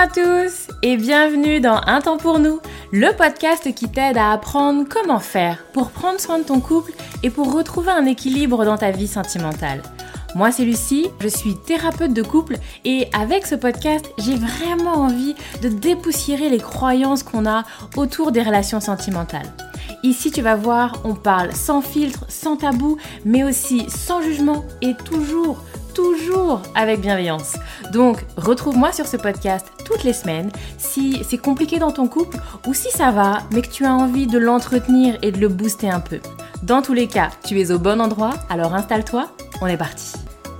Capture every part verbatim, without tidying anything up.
à tous et bienvenue dans Un temps pour nous, le podcast qui t'aide à apprendre comment faire pour prendre soin de ton couple et pour retrouver un équilibre dans ta vie sentimentale. Moi c'est Lucie, je suis thérapeute de couple et avec ce podcast, j'ai vraiment envie de dépoussiérer les croyances qu'on a autour des relations sentimentales. Ici tu vas voir, on parle sans filtre, sans tabou, mais aussi sans jugement et toujours toujours avec bienveillance. Donc, retrouve-moi sur ce podcast toutes les semaines si c'est compliqué dans ton couple ou si ça va, mais que tu as envie de l'entretenir et de le booster un peu. Dans tous les cas, tu es au bon endroit, alors installe-toi, on est parti.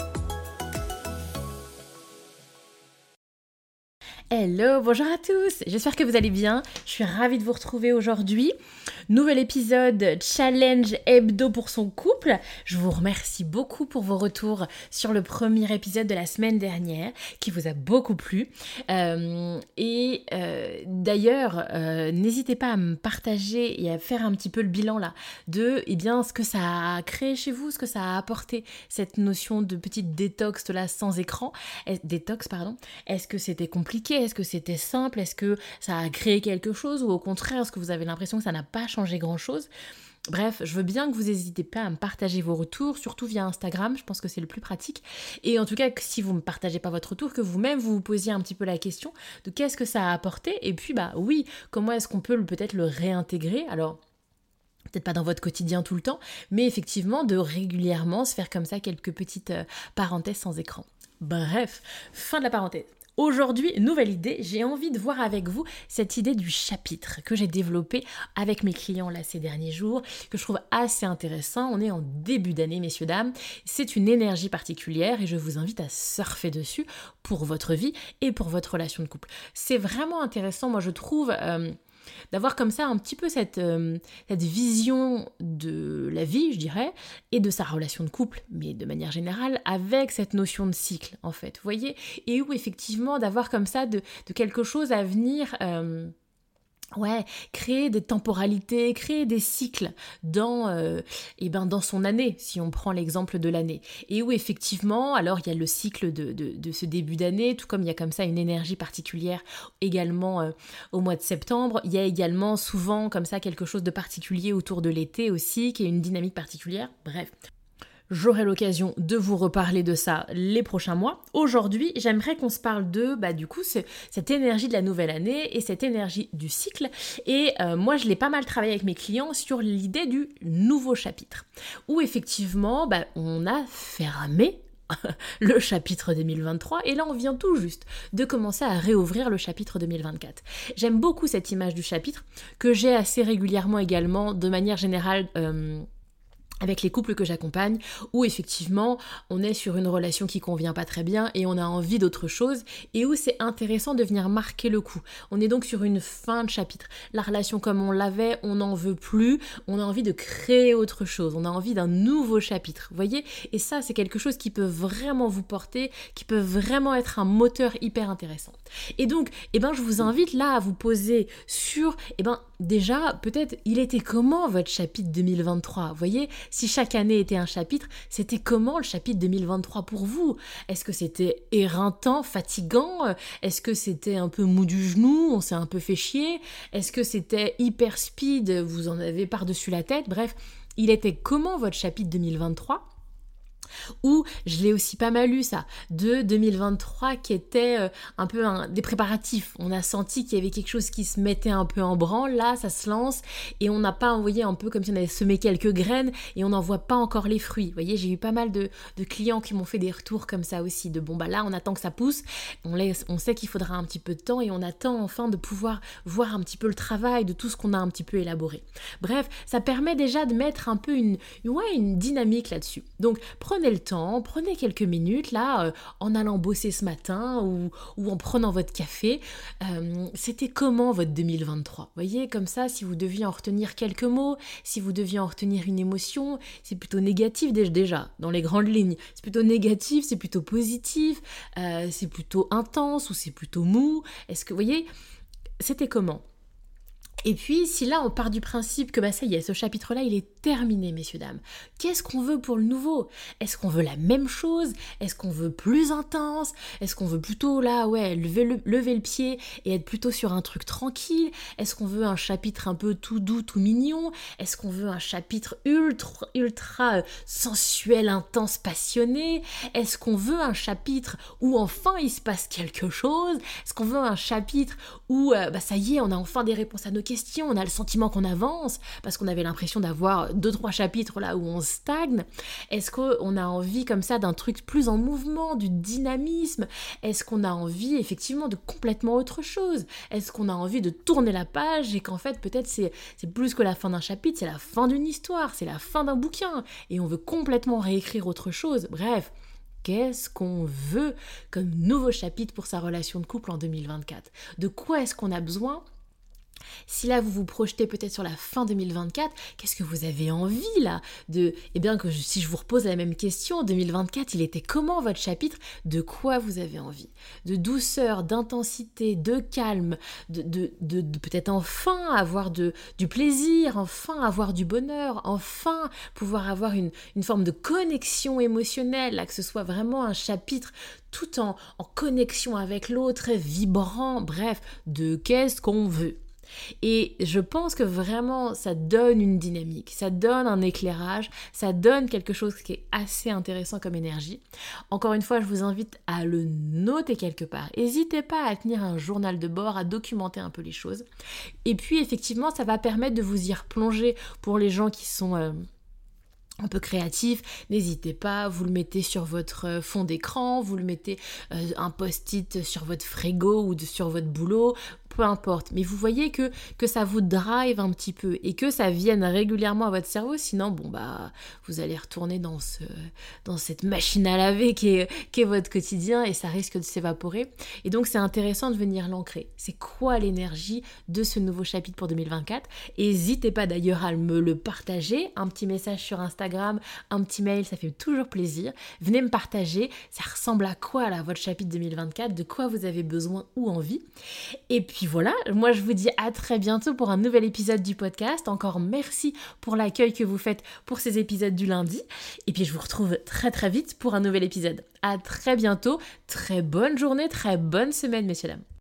Hello, bonjour à tous, j'espère que vous allez bien, je suis ravie de vous retrouver aujourd'hui. Nouvel épisode challenge hebdo pour son couple. Je vous remercie beaucoup pour vos retours sur le premier épisode de la semaine dernière qui vous a beaucoup plu. Euh, et euh, d'ailleurs, euh, n'hésitez pas à me partager et à faire un petit peu le bilan là de eh bien, ce que ça a créé chez vous, ce que ça a apporté, cette notion de petite détox là sans écran. Détox, pardon. Est-ce que c'était compliqué? Est-ce que c'était simple? Est-ce que ça a créé quelque chose? Ou au contraire, est-ce que vous avez l'impression que ça n'a pas changé grand-chose? Bref, je veux bien que vous n'hésitez pas à me partager vos retours, surtout via Instagram, je pense que c'est le plus pratique. Et en tout cas, si vous ne me partagez pas votre retour, que vous-même vous vous posiez un petit peu la question de qu'est-ce que ça a apporté? Et puis, bah oui, comment est-ce qu'on peut le- peut-être le réintégrer? Alors, peut-être pas dans votre quotidien tout le temps, mais effectivement de régulièrement se faire comme ça quelques petites euh, parenthèses sans écran. Bref, fin de la parenthèse. Aujourd'hui, nouvelle idée, j'ai envie de voir avec vous cette idée du chapitre que j'ai développé avec mes clients là ces derniers jours, que je trouve assez intéressant. On est en début d'année, messieurs, dames. C'est une énergie particulière et je vous invite à surfer dessus pour votre vie et pour votre relation de couple. C'est vraiment intéressant, moi je trouve... euh, d'avoir comme ça un petit peu cette, euh, cette vision de la vie, je dirais, et de sa relation de couple, mais de manière générale, avec cette notion de cycle, en fait, vous voyez, et où effectivement d'avoir comme ça de, de quelque chose à venir... euh, Ouais, créer des temporalités, créer des cycles dans, euh, eh ben dans son année, si on prend l'exemple de l'année. Et où effectivement, alors il y a le cycle de, de, de ce début d'année, tout comme il y a comme ça une énergie particulière également euh, au mois de septembre. Il y a également souvent comme ça quelque chose de particulier autour de l'été aussi, qui est une dynamique particulière. Bref. J'aurai l'occasion de vous reparler de ça les prochains mois. Aujourd'hui, j'aimerais qu'on se parle de, bah, du coup, ce- cette énergie de la nouvelle année et cette énergie du cycle. Et euh, moi, je l'ai pas mal travaillé avec mes clients sur l'idée du nouveau chapitre, où effectivement, bah, on a fermé le chapitre deux mille vingt-trois et là on vient tout juste de commencer à réouvrir le chapitre deux mille vingt-quatre. J'aime beaucoup cette image du chapitre que j'ai assez régulièrement également de manière générale euh, avec les couples que j'accompagne, où effectivement on est sur une relation qui convient pas très bien et on a envie d'autre chose et où c'est intéressant de venir marquer le coup. On est donc sur une fin de chapitre. La relation comme on l'avait, on n'en veut plus, on a envie de créer autre chose, on a envie d'un nouveau chapitre, vous voyez? Et ça c'est quelque chose qui peut vraiment vous porter, qui peut vraiment être un moteur hyper intéressant. Et donc, eh ben, je vous invite là à vous poser sur, eh ben, déjà, peut-être, il était comment votre chapitre deux mille vingt-trois? Vous voyez, si chaque année était un chapitre, c'était comment le chapitre deux mille vingt-trois pour vous? Est-ce que c'était éreintant, fatigant? Est-ce que c'était un peu mou du genou? On s'est un peu fait chier? Est-ce que c'était hyper speed? Vous en avez par-dessus la tête? Bref, il était comment votre chapitre deux mille vingt-trois? Ou je l'ai aussi pas mal lu ça, de deux mille vingt-trois qui était euh, un peu un, des préparatifs. On a senti qu'il y avait quelque chose qui se mettait un peu en branle, là ça se lance et on n'a pas envoyé un peu comme si on avait semé quelques graines et on n'en voit pas encore les fruits. Vous voyez, j'ai eu pas mal de, de clients qui m'ont fait des retours comme ça aussi, de bon bah là on attend que ça pousse, on, laisse, on sait qu'il faudra un petit peu de temps et on attend enfin de pouvoir voir un petit peu le travail de tout ce qu'on a un petit peu élaboré. Bref, ça permet déjà de mettre un peu une, ouais, une dynamique là-dessus. Donc prenez le temps, prenez quelques minutes là, euh, en allant bosser ce matin ou, ou en prenant votre café. Euh, c'était comment votre deux mille vingt-trois? Vous voyez, comme ça, si vous deviez en retenir quelques mots, si vous deviez en retenir une émotion, c'est plutôt négatif dé- déjà, dans les grandes lignes. C'est plutôt négatif, c'est plutôt positif, euh, c'est plutôt intense ou c'est plutôt mou. Est-ce que, vous voyez, c'était comment? Et puis, si là, on part du principe que bah, ça y est, ce chapitre-là, il est terminé, messieurs, dames. Qu'est-ce qu'on veut pour le nouveau? Est-ce qu'on veut la même chose? Est-ce qu'on veut plus intense? Est-ce qu'on veut plutôt, là, ouais, lever le, lever le pied et être plutôt sur un truc tranquille? Est-ce qu'on veut un chapitre un peu tout doux, tout mignon? Est-ce qu'on veut un chapitre ultra, ultra euh, sensuel, intense, passionné? Est-ce qu'on veut un chapitre où enfin il se passe quelque chose? Est-ce qu'on veut un chapitre où, euh, bah, ça y est, on a enfin des réponses à nos questions, on a le sentiment qu'on avance, parce qu'on avait l'impression d'avoir deux, trois chapitres là où on stagne? Est-ce qu'on a envie comme ça d'un truc plus en mouvement, du dynamisme? Est-ce qu'on a envie effectivement de complètement autre chose? Est-ce qu'on a envie de tourner la page et qu'en fait peut-être c'est, c'est plus que la fin d'un chapitre, c'est la fin d'une histoire, c'est la fin d'un bouquin et on veut complètement réécrire autre chose? Bref, qu'est-ce qu'on veut comme nouveau chapitre pour sa relation de couple en deux mille vingt-quatre? De quoi est-ce qu'on a besoin? Si là vous vous projetez peut-être sur la fin deux mille vingt-quatre, qu'est-ce que vous avez envie là de, eh bien que je, si je vous repose la même question, deux mille vingt-quatre, il était comment votre chapitre? De quoi vous avez envie? De douceur, d'intensité, de calme, de, de, de, de peut-être enfin avoir de, du plaisir, enfin avoir du bonheur, enfin pouvoir avoir une, une forme de connexion émotionnelle, là, que ce soit vraiment un chapitre tout en, en connexion avec l'autre, vibrant, bref, de qu'est-ce qu'on veut? Et je pense que vraiment ça donne une dynamique, ça donne un éclairage, ça donne quelque chose qui est assez intéressant comme énergie. Encore une fois, je vous invite à le noter quelque part. N'hésitez pas à tenir un journal de bord, à documenter un peu les choses. Et puis effectivement, ça va permettre de vous y replonger pour les gens qui sont... Euh, un peu créatif, n'hésitez pas, vous le mettez sur votre fond d'écran, vous le mettez euh, un post-it sur votre frigo ou de, sur votre boulot, peu importe. Mais vous voyez que, que ça vous drive un petit peu et que ça vienne régulièrement à votre cerveau, sinon bon bah vous allez retourner dans, ce, dans cette machine à laver qui est, qui est votre quotidien et ça risque de s'évaporer. Et donc c'est intéressant de venir l'ancrer. C'est quoi l'énergie de ce nouveau chapitre pour deux mille vingt-quatre? N'hésitez pas d'ailleurs à me le partager, un petit message sur Instagram, un petit mail, ça fait toujours plaisir. Venez me partager, ça ressemble à quoi là votre chapitre deux mille vingt-quatre, de quoi vous avez besoin ou envie. Et puis voilà, moi je vous dis à très bientôt pour un nouvel épisode du podcast. Encore merci pour l'accueil que vous faites pour ces épisodes du lundi. Et puis je vous retrouve très très vite pour un nouvel épisode. À très bientôt, très bonne journée, très bonne semaine messieurs dames.